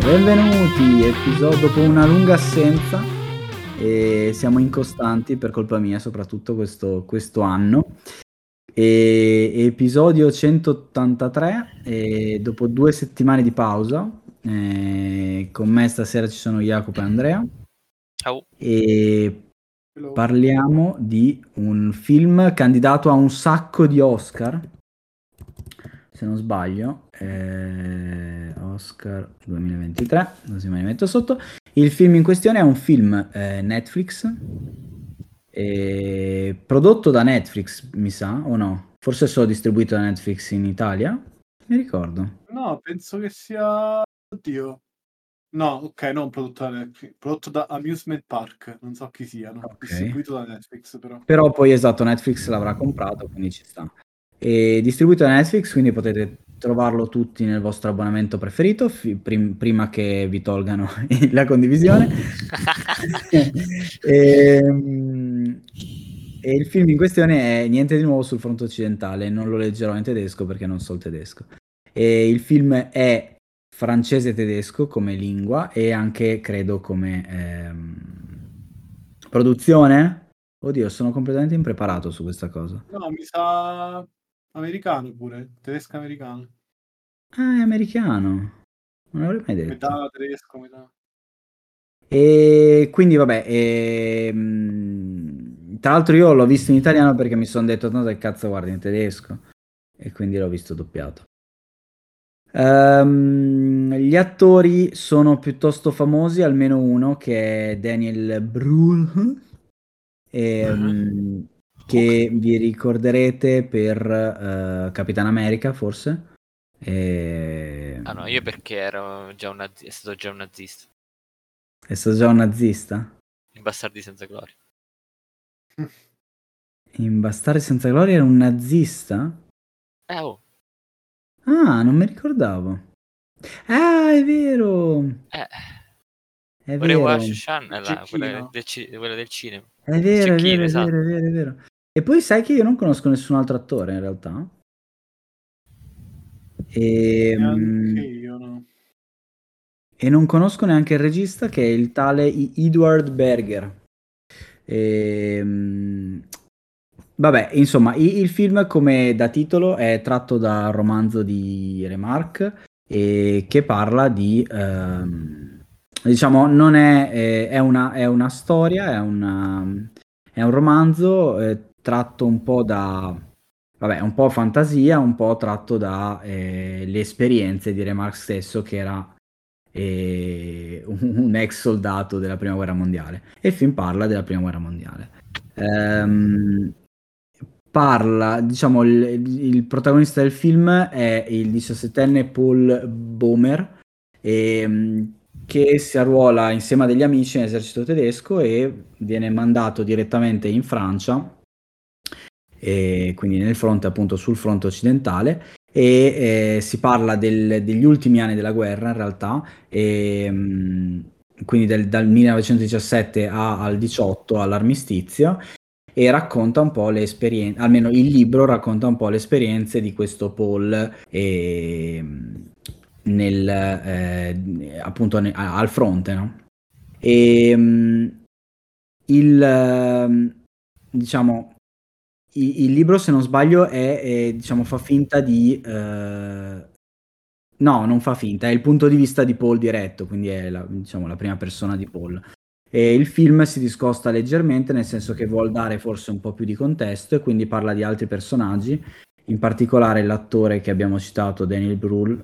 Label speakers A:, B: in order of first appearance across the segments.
A: Benvenuti, dopo una lunga assenza, e siamo incostanti per colpa mia, soprattutto questo anno. Episodio 183, dopo 2 settimane di pausa. Con me stasera ci sono Jacopo e Andrea.
B: Ciao.
A: E
C: Hello.
A: parliamo di un film candidato a un sacco di Oscar, se non sbaglio, Oscar 2023, così me li metto sotto. Il film in questione è un film Netflix, prodotto da Netflix, mi sa, o no? Forse è solo distribuito da Netflix in Italia? Mi ricordo.
C: No, penso che sia... Oddio. No, ok, non prodotto da Netflix, prodotto da Amusement Park, non so chi siano,
A: Ok.
C: distribuito da Netflix però.
A: Però poi esatto, Netflix l'avrà comprato, quindi ci sta. E distribuito da Netflix, quindi potete trovarlo tutti nel vostro abbonamento preferito prima che vi tolgano la condivisione. E il film in questione è niente di nuovo sul fronte occidentale, non lo leggerò in tedesco perché non so il tedesco. E il film è francese e tedesco come lingua e anche credo come produzione. Oddio, sono completamente impreparato su questa cosa.
C: No, mi sa americano pure, tedesco-americano.
A: Ah, è americano. Non l'avrei mai detto.
C: Metà tedesco, metà...
A: E quindi vabbè, tra l'altro io l'ho visto in italiano perché mi sono detto tanto che cazzo guardi in tedesco e quindi l'ho visto doppiato. Gli attori sono piuttosto famosi, almeno uno che è Daniel Brühl, che vi ricorderete per Capitan America forse.
B: Ah no, io perché ero già è stato già un nazista.
A: È stato già un nazista?
B: In Bastardi senza gloria.
A: In Bastardi senza gloria era un nazista?
B: Oh.
A: Ah, non mi ricordavo. Ah, è vero! È vero.
B: Rewatch Shan, quella
C: Cecchino.
B: quella del cinema.
A: È vero, è
B: Cecchino,
A: vero, è
B: esatto.
A: vero, è vero, è vero. E poi sai che io non conosco nessun altro attore in realtà.
C: Neanche io, no.
A: E non conosco neanche il regista che è il tale Edward Berger. Vabbè, insomma, il film come da titolo è tratto dal romanzo di Remarque che parla di, diciamo, non è una storia, è un romanzo tratto un po' vabbè, un po' fantasia, un po' tratto da le esperienze di Remarque stesso, che era un ex soldato della Prima Guerra Mondiale. E il film parla della Prima Guerra Mondiale. Parla, diciamo, il protagonista del film è il 17enne Paul Bomer, che si arruola insieme a degli amici nell'esercito tedesco e viene mandato direttamente in Francia, e quindi nel fronte, appunto sul fronte occidentale, e si parla degli ultimi anni della guerra in realtà, quindi dal 1917 al 18 all'armistizio, e racconta un po' le esperienze, almeno il libro racconta un po' le esperienze di questo Paul appunto al fronte, no? Diciamo, il libro, se non sbaglio, diciamo, fa finta di... no, non fa finta, è il punto di vista di Paul diretto, quindi è diciamo, la prima persona di Paul. E il film si discosta leggermente, nel senso che vuol dare forse un po' più di contesto e quindi parla di altri personaggi, in particolare l'attore che abbiamo citato, Daniel Brühl,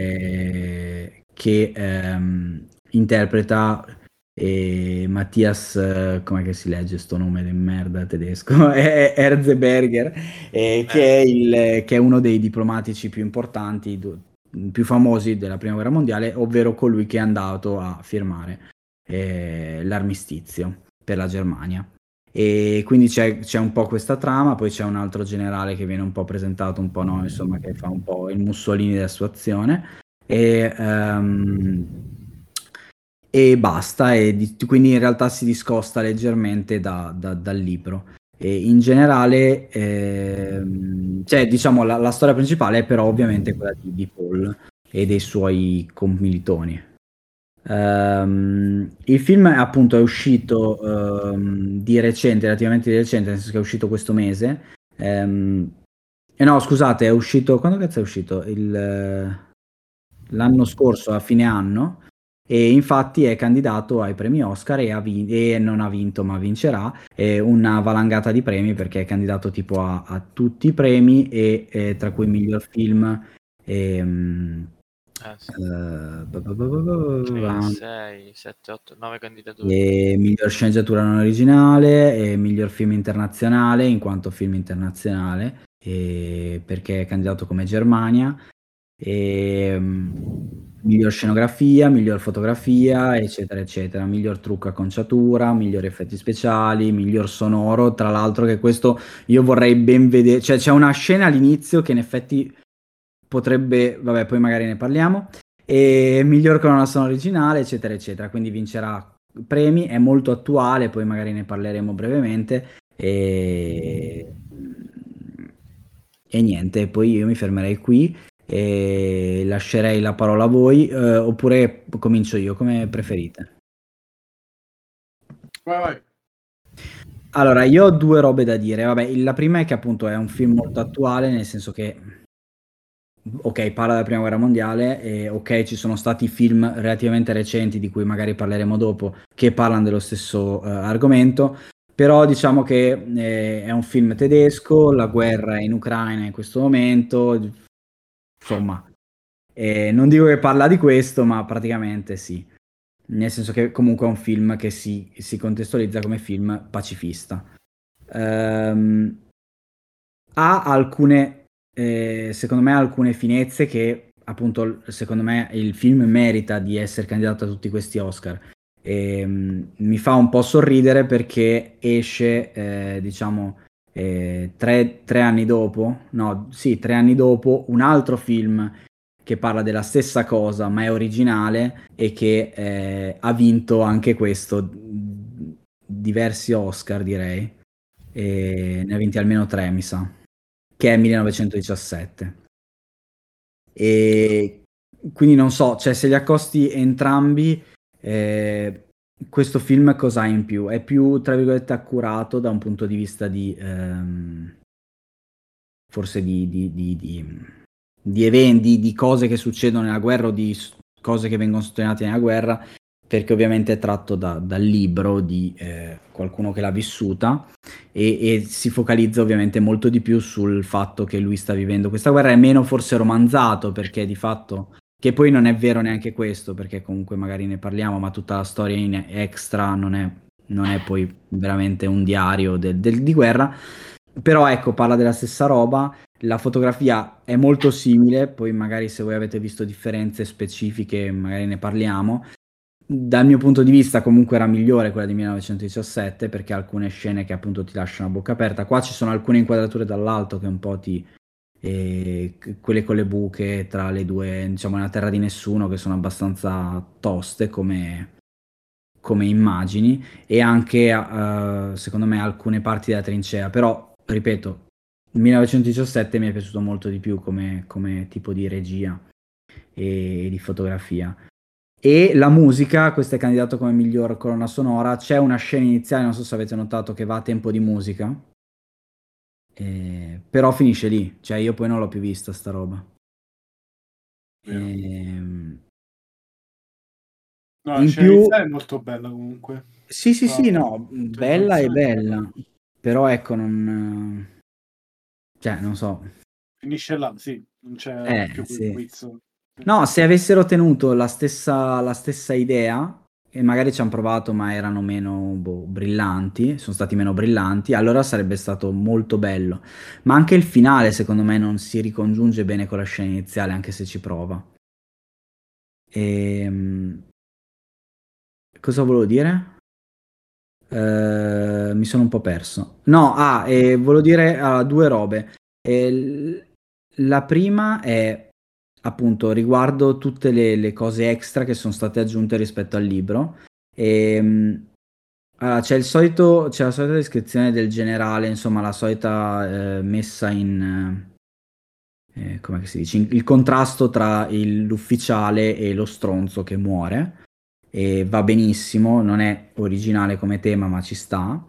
A: che interpreta Matthias, com'è che si legge sto nome di merda tedesco? Erzberger, che è uno dei diplomatici più importanti, più famosi della Prima Guerra Mondiale, ovvero colui che è andato a firmare l'armistizio per la Germania. E quindi c'è un po' questa trama, poi c'è un altro generale che viene un po' presentato, un po' no, insomma, che fa un po' il Mussolini della situazione, e basta, quindi in realtà si discosta leggermente dal libro. E in generale, cioè, diciamo, la storia principale è però ovviamente quella di Paul e dei suoi commilitoni. Il film appunto è uscito di recente, relativamente di recente, nel senso che è uscito questo mese. No, scusate, è uscito. Quando cazzo è uscito? L'anno scorso, a fine anno. E infatti è candidato ai premi Oscar e non ha vinto, ma vincerà una valangata di premi perché è candidato tipo a tutti i premi tra cui miglior film. ehm,
B: Sì.
A: eh, ba- ba- ba- ba- ba- ba-
B: 6, 7, 8, 9 candidature.
A: e miglior sceneggiatura non originale e miglior film internazionale in quanto film internazionale perché è candidato come Germania e miglior scenografia, miglior fotografia eccetera eccetera, miglior trucco e acconciatura, miglior effetti speciali, miglior sonoro, tra l'altro che questo io vorrei ben vedere, cioè c'è una scena all'inizio che in effetti potrebbe, vabbè poi magari ne parliamo, e miglior colonna sonora originale eccetera eccetera, quindi vincerà premi, è molto attuale, poi magari ne parleremo brevemente e niente, poi io mi fermerei qui e lascerei la parola a voi, oppure comincio io, come preferite.
C: Vai.
A: Allora, io ho due robe da dire. Vabbè, la prima è che appunto è un film molto attuale, nel senso che, ok, parla della prima guerra mondiale, e ok, ci sono stati film relativamente recenti, di cui magari parleremo dopo, che parlano dello stesso argomento, però diciamo che è un film tedesco, la guerra è in Ucraina in questo momento, insomma, non dico che parla di questo, ma praticamente sì. Nel senso che comunque è un film che si contestualizza come film pacifista. Ehm, Ha alcune, secondo me, alcune finezze che appunto, secondo me, il film merita di essere candidato a tutti questi Oscar. Mi fa un po' sorridere perché esce, diciamo, 3 anni dopo, no, sì, 3 anni dopo, un altro film che parla della stessa cosa, ma è originale e che ha vinto anche questo diversi Oscar, direi. E ne ha vinti almeno 3, mi sa, che è 1917. E quindi non so, cioè se li accosti entrambi, questo film cosa ha in più? È più, tra virgolette, accurato da un punto di vista di forse di eventi, di cose che succedono nella guerra o di cose che vengono sottolineate nella guerra, perché ovviamente è tratto dal libro di qualcuno che l'ha vissuta e si focalizza ovviamente molto di più sul fatto che lui sta vivendo questa guerra, è meno forse romanzato perché di fatto, che poi non è vero neanche questo, perché comunque magari ne parliamo, ma tutta la storia in extra non è poi veramente un diario di guerra, però ecco, parla della stessa roba, la fotografia è molto simile, poi magari se voi avete visto differenze specifiche magari ne parliamo. Dal mio punto di vista comunque era migliore quella di 1917 perché ha alcune scene che appunto ti lasciano a bocca aperta. Qua ci sono alcune inquadrature dall'alto che un po' quelle con le buche tra le due, diciamo, nella terra di nessuno, che sono abbastanza toste come immagini e anche secondo me alcune parti della trincea, però ripeto, il 1917 mi è piaciuto molto di più come tipo di regia e di fotografia. E la musica, questo è candidato come miglior colonna sonora, c'è una scena iniziale, non so se avete notato, che va a tempo di musica, però finisce lì, cioè io poi non l'ho più vista sta roba. Ehm,
C: No, la
A: In
C: scena
A: più,
C: iniziale è molto bella comunque.
A: sì, sì, sì,
C: La
A: no, bella è bella, però ecco, cioè, non so.
C: finisce là, sì, non c'è più quel
A: Sì.
C: quiz.
A: No, se avessero tenuto la stessa idea, e magari ci hanno provato, ma erano meno brillanti, sono stati meno brillanti, allora sarebbe stato molto bello. Ma anche il finale, secondo me, non si ricongiunge bene con la scena iniziale, anche se ci prova. Ehm, Cosa volevo dire? Mi sono un po' perso. No, volevo dire due robe. La prima è appunto riguardo tutte le cose extra che sono state aggiunte rispetto al libro. Allora, c'è la solita descrizione del generale, insomma, la solita messa in, come si dice, il contrasto tra l'ufficiale e lo stronzo che muore. e va benissimo, non è originale come tema, ma ci sta.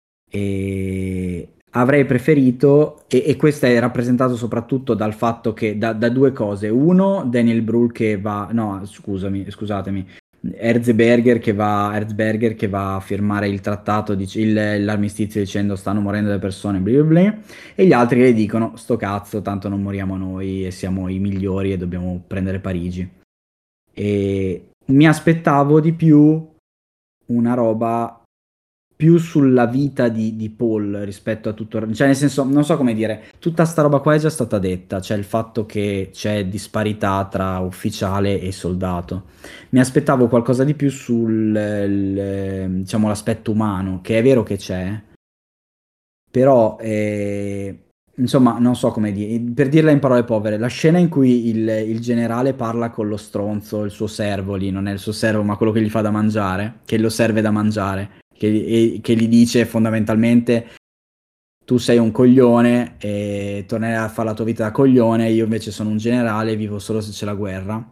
A: E avrei preferito, e questo è rappresentato soprattutto dal fatto che, da due cose. Uno, Daniel Brühl che va, no, scusatemi, Erzberger che va a firmare il trattato, l'armistizio dicendo stanno morendo le persone, bla bla bla, e gli altri che dicono sto cazzo, tanto non moriamo noi e siamo i migliori e dobbiamo prendere Parigi. E mi aspettavo di più una roba più sulla vita di Paul rispetto a tutto, cioè nel senso, non so come dire, tutta sta roba qua è già stata detta, cioè il fatto che c'è disparità tra ufficiale e soldato. Mi aspettavo qualcosa di più diciamo, l'aspetto umano, che è vero che c'è, però insomma, non so come dire, per dirla in parole povere, la scena in cui il generale parla con lo stronzo, il suo servo lì, non è il suo servo, ma quello che gli fa da mangiare, che lo serve da mangiare, che gli dice fondamentalmente tu sei un coglione e tornerai a fare la tua vita da coglione, io invece sono un generale, vivo solo se c'è la guerra.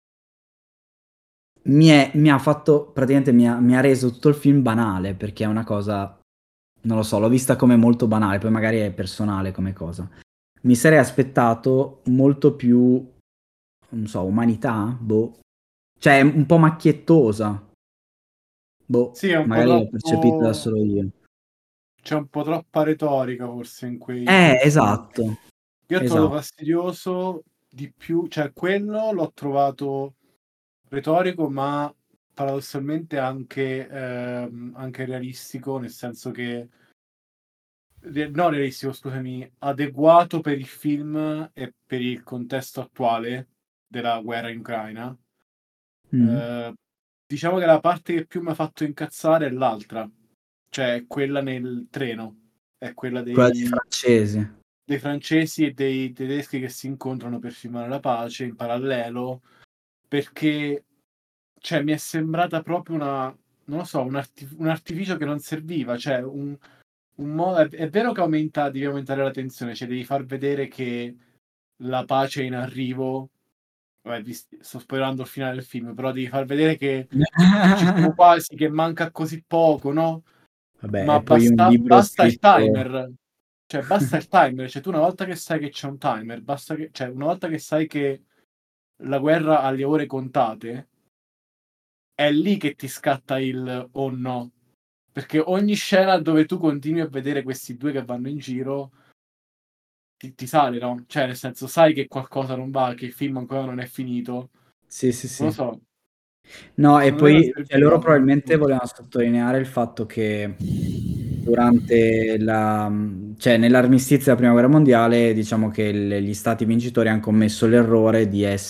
A: Mi ha fatto, praticamente mi ha reso tutto il film banale, perché è una cosa, non lo so, l'ho vista come molto banale, poi magari è personale come cosa. Mi sarei aspettato molto più, non so, umanità? Boh. Cioè, un po' macchiettosa. Boh,
C: Sì, è un po'
A: magari l'ho percepita da
C: troppo.
A: solo io.
C: C'è un po' troppa retorica forse in quei film.
A: Esatto,
C: Io ho trovato
A: esatto.
C: fastidioso di più, cioè quello l'ho trovato retorico, ma paradossalmente anche realistico, nel senso che no, realistico, scusami, adeguato per il film e per il contesto attuale della guerra in Ucraina.
A: Mm.
C: Diciamo che la parte che più mi ha fatto incazzare è l'altra, cioè quella nel treno, è quella
A: Quella dei francesi.
C: dei francesi e dei tedeschi che si incontrano per firmare la pace in parallelo, perché cioè, mi è sembrata proprio non lo so, un artificio che non serviva, cioè un modo, è vero che devi aumentare la tensione, cioè devi far vedere che la pace è in arrivo. Vabbè, sto spoilerando il finale del film, però devi far vedere che ci siamo quasi, che manca così poco, no?
A: Vabbè,
C: Ma
A: è poi un libro
C: basta il
A: scritto.
C: timer. Cioè, basta il timer. Cioè, tu una volta che sai che c'è un timer, basta che, cioè, una volta che sai che la guerra ha le ore contate, è lì che ti scatta il oh no. Perché ogni scena dove tu continui a vedere questi due che vanno in giro ti sale, no? Cioè, nel senso, sai che qualcosa non va, che il film ancora non è finito.
A: Sì, sì,
C: Non lo
A: sì.
C: so.
A: No, e
C: Secondo me non
A: poi cioè, loro
C: serviva
A: probabilmente
C: molto.
A: volevano sottolineare il fatto che durante cioè nell'armistizio della prima guerra mondiale, diciamo che gli stati vincitori hanno commesso l'errore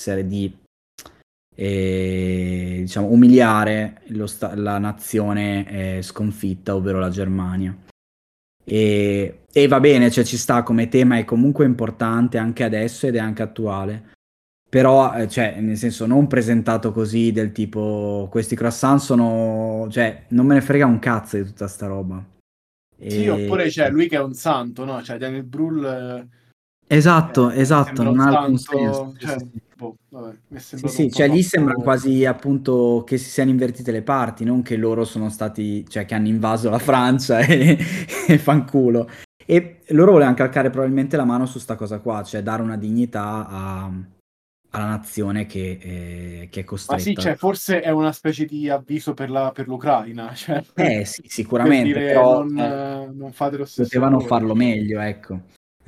A: diciamo, umiliare la nazione sconfitta, ovvero la Germania. E va bene, cioè ci sta come tema, è comunque importante anche adesso ed è anche attuale. Però, cioè, nel senso, non presentato così del tipo questi croissant sono, cioè, non me ne frega un cazzo di tutta sta roba.
C: Sì,
A: E...
C: oppure c'è lui che è un santo, no? Cioè Daniel Brühl
A: Esatto, esatto,
C: sembra un
A: non ha alcun senso.
C: santo,
A: Sì,
C: cioè,
A: sì, sì.
C: boh, vabbè, mi è
A: Sì,
C: sembrato un
A: sì,
C: po'
A: cioè lì sembra
C: troppo.
A: quasi appunto che si siano invertite le parti, non che loro sono stati, cioè che hanno invaso la Francia e fanculo. E loro volevano calcare probabilmente la mano su sta cosa qua, cioè dare una dignità alla nazione che è
C: Ma sì,
A: costretta.
C: cioè, forse è una specie di avviso per l'Ucraina, cioè,
A: Sì,
C: per
A: sicuramente,
C: dire
A: però
C: non fate lo stesso
A: potevano
C: errore.
A: farlo meglio, ecco.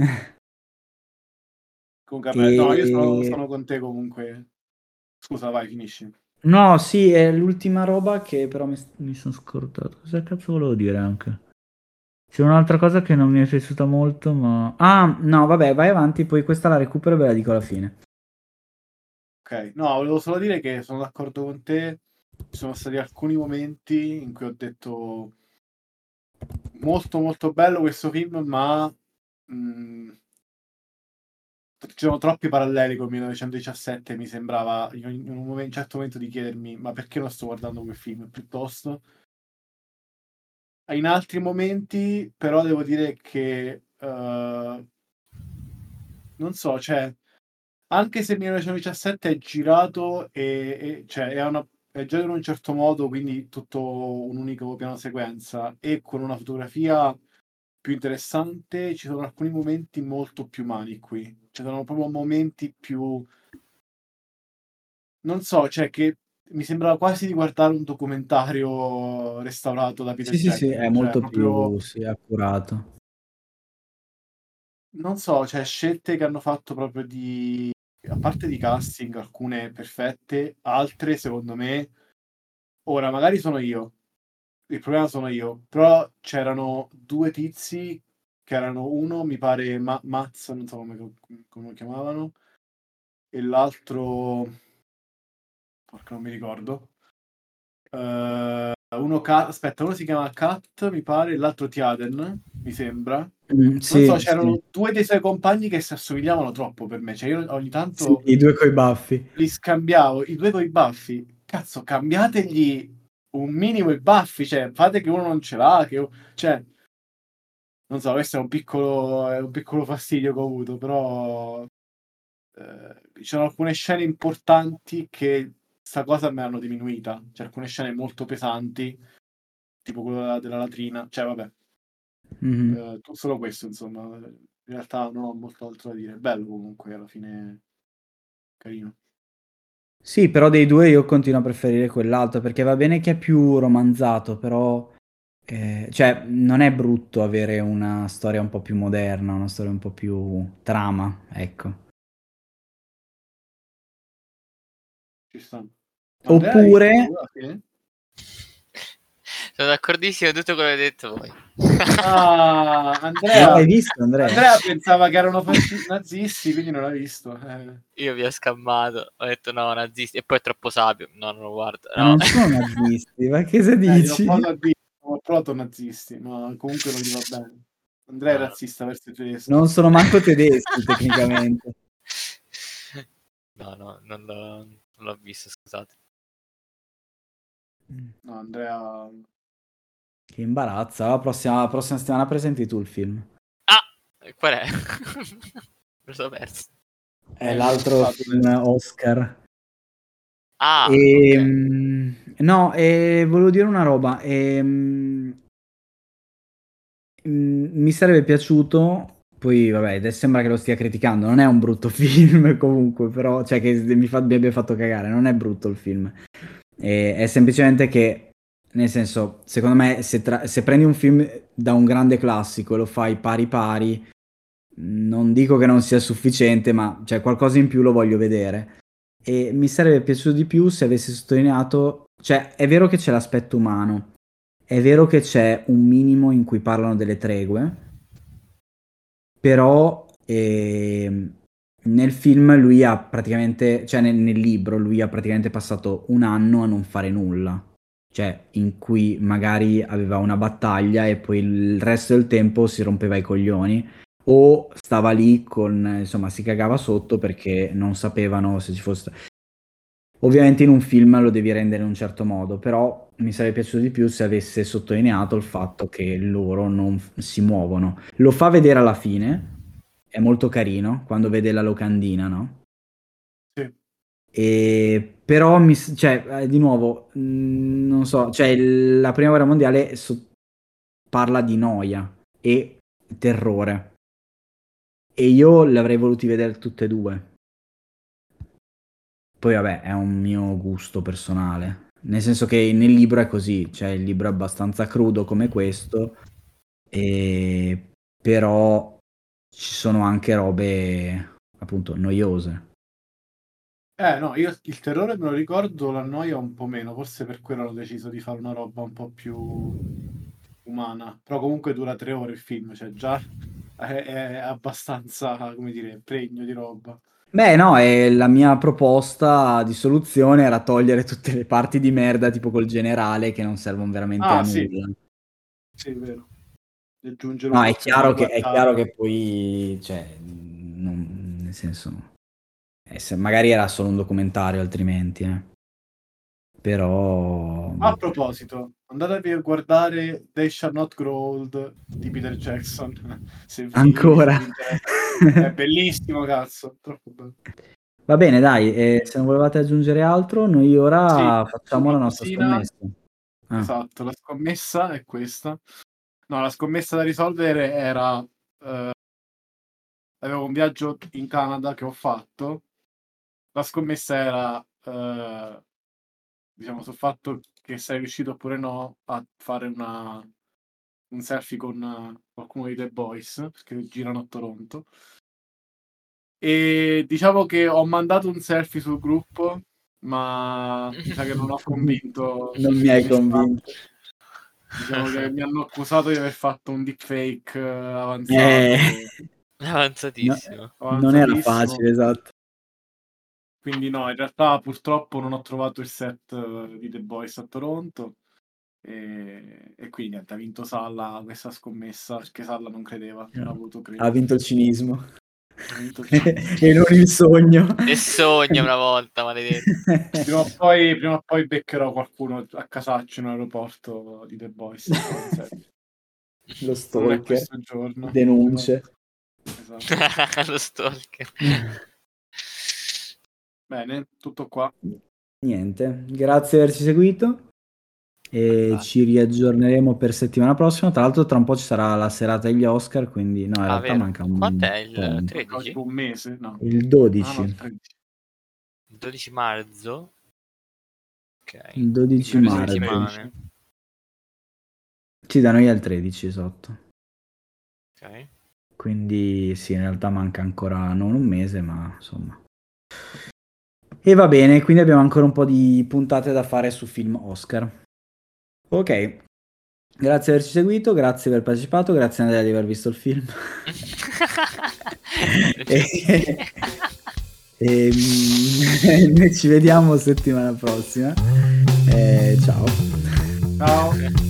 C: Comunque, vabbè, no, io
A: E...
C: sono con te comunque. Scusa, vai, finisci.
A: No, sì, è l'ultima roba che però mi sono scordato. Cosa cazzo volevo dire anche? C'è un'altra cosa che non mi è piaciuta molto, ma... Ah, no, vabbè, vai avanti, poi questa la recupero e ve la dico alla fine.
C: Ok, no, volevo solo dire che sono d'accordo con te. Ci sono stati alcuni momenti in cui ho detto molto molto bello questo film, ma ci sono troppi paralleli con 1917, mi sembrava in un certo momento di chiedermi ma perché non sto guardando quel film piuttosto. In altri momenti però devo dire che non so, cioè anche se 1917 è girato cioè è già in un certo modo, quindi tutto un unico piano sequenza, e con una fotografia più interessante, ci sono alcuni momenti molto più umani qui. Ci sono proprio momenti più... Non so, cioè che mi sembrava quasi di guardare un documentario restaurato da Peter
A: Sì, sì, sì, è
C: Jackson, cioè
A: molto
C: proprio...
A: più sì, accurato.
C: Non so, cioè scelte che hanno fatto proprio di... A parte di casting, alcune perfette, altre secondo me... Ora, magari sono io, il problema sono io, però c'erano due tizi che erano uno, mi pare Maz, non so come lo chiamavano, e l'altro, porca non mi ricordo. Aspetta, uno si chiama Kat, mi pare, e l'altro Tiaden, mi sembra. Non so,
A: Sì, sì,
C: c'erano due dei suoi compagni che si assomigliavano troppo per me, cioè io ogni
A: sì,
C: tanto
A: i due coi baffi.
C: li scambiavo, i due coi baffi, cazzo, cambiategli un minimo i baffi, cioè fate che uno non ce l'ha, cioè, non so, questo è un piccolo fastidio che ho avuto, però ci sono alcune scene importanti che sta cosa me l'hanno diminuita, cioè alcune scene molto pesanti, tipo quella della latrina, cioè vabbè,
A: Mhm.
C: solo questo insomma, in realtà non ho molto altro da dire, bello comunque, alla fine carino.
A: Sì, però dei due io continuo a preferire quell'altro perché va bene che è più romanzato, però cioè non è brutto avere una storia un po' più moderna, una storia un po' più trama, ecco.
C: Ci sta. Andrea, hai visto
A: Oppure,
C: tu alla fine?
B: Sono d'accordissimo con tutto quello che hai detto voi.
C: Ah,
A: no,
C: Andrea,
A: hai visto Andrea?
C: Andrea pensava che erano nazisti, quindi non l'ha visto.
B: Io vi ho scammato, ho detto no, nazisti, e poi è troppo sapio. No, non lo guardo.
A: Ma
B: No.
A: non sono nazisti, ma che se
C: Gliel'ho
A: dici?
C: provato a dire, ho provato nazisti, ma comunque non gli va bene. Andrea è
B: No, no.
C: razzista verso i tedeschi.
A: Non sono manco tedeschi tecnicamente.
B: No, no, non l'ho visto, scusate.
C: No, Andrea...
A: Che imbarazzo. La prossima settimana presenti tu il film.
B: Ah! Qual è? Me lo sono perso.
A: È
C: mi è
A: l'altro
C: passato
A: film
C: adesso.
A: Oscar.
B: Ah, ok.
A: No, volevo dire una roba. Mi sarebbe piaciuto, poi vabbè, adesso sembra che lo stia criticando, non è un brutto film comunque, però, cioè che mi abbia fatto cagare, non è brutto il film. È semplicemente che, nel senso, secondo me, se prendi un film da un grande classico e lo fai pari pari, non dico che non sia sufficiente, ma cioè, qualcosa in più lo voglio vedere. E mi sarebbe piaciuto di più se avessi sottolineato, cioè è vero che c'è l'aspetto umano, è vero che c'è un minimo in cui parlano delle tregue, però nel film lui ha praticamente, cioè nel libro lui ha praticamente passato un anno a non fare nulla, cioè in cui magari aveva una battaglia e poi il resto del tempo si rompeva i coglioni o stava lì con, insomma, si cagava sotto perché non sapevano se ci fosse... Ovviamente in un film lo devi rendere in un certo modo, però mi sarebbe piaciuto di più se avesse sottolineato il fatto che loro non si muovono. Lo fa vedere alla fine, è molto carino, quando vede la locandina, no?
C: Sì.
A: E però, cioè, di nuovo, non so, cioè, la prima guerra mondiale parla di noia e terrore. E io le avrei voluti vedere tutte e due. Poi vabbè, è un mio gusto personale. Nel senso che nel libro è così, cioè il libro è abbastanza crudo come questo, però ci sono anche robe appunto noiose.
C: No, io il terrore me lo ricordo, la noia un po' meno, forse per quello hanno deciso di fare una roba un po' più umana, però comunque dura 3 ore il film, cioè già è abbastanza, come dire, pregno di roba.
A: Beh, no, e la mia proposta di soluzione era togliere tutte le parti di merda, tipo col generale, che non servono veramente a
C: Ah, sì,
A: nulla.
C: sì, è vero. E aggiungere un
A: No,
C: po' più di
A: è chiaro
C: guardato.
A: che poi, cioè, nel senso, magari era solo un documentario altrimenti, Però,
C: A
A: boh.
C: proposito, andatevi a guardare They Shall Not Grow Old di Peter Jackson, se
A: Ancora.
C: vi interessa. È bellissimo, cazzo, troppo bello.
A: Va bene, dai, se non volevate aggiungere altro, noi ora
C: Sì,
A: facciamo la nostra
C: cosina.
A: scommessa. Ah.
C: Esatto, la scommessa è questa. No, la scommessa da risolvere era... avevo un viaggio in Canada che ho fatto. La scommessa era, diciamo, sul fatto che sei riuscito oppure no a fare un selfie con qualcuno di The Boys, perché girano a Toronto. E diciamo che ho mandato un selfie sul gruppo, ma mi sa che non ho convinto.
A: Non mi hai convinto.
C: Diciamo che mi hanno accusato di aver fatto un deepfake avanzato.
B: Avanzatissimo.
A: Non era facile, esatto.
C: Quindi no, in realtà purtroppo non ho trovato il set di The Boys a Toronto e quindi niente, ha vinto Salla questa scommessa perché Salla non credeva, non ha avuto
A: Ha vinto il cinismo.
C: Ha vinto il cinismo.
A: E non il sogno.
B: E sogna una volta, maledetto.
C: Prima o poi beccherò qualcuno a casaccio in aeroporto di The Boys.
A: Lo
C: Non è
A: stalker.
C: questo giorno.
A: Denunce.
C: Esatto.
B: Lo stalker.
C: Bene, tutto qua.
A: Niente, grazie di averci seguito e ci riaggiorneremo per settimana prossima. Tra l'altro tra un po' ci sarà la serata degli Oscar, quindi no, in realtà
B: vero.
A: manca un
B: Quant'è il
A: po'.
B: 13?
C: Tipo un mese, no?
A: Il 12.
C: Ah, no, il 13.
B: Il 12 marzo? Ok.
A: Il 12
B: Due
A: marzo.
B: settimane.
A: Sì, da noi è il 13, esatto.
B: Ok.
A: Quindi sì, in realtà manca ancora non un mese, ma insomma. E va bene, quindi abbiamo ancora un po' di puntate da fare su film Oscar. Ok, grazie di averci seguito, grazie per aver partecipato, grazie Andrea di aver visto il film. Noi ci vediamo settimana prossima. Ciao.
C: Ciao.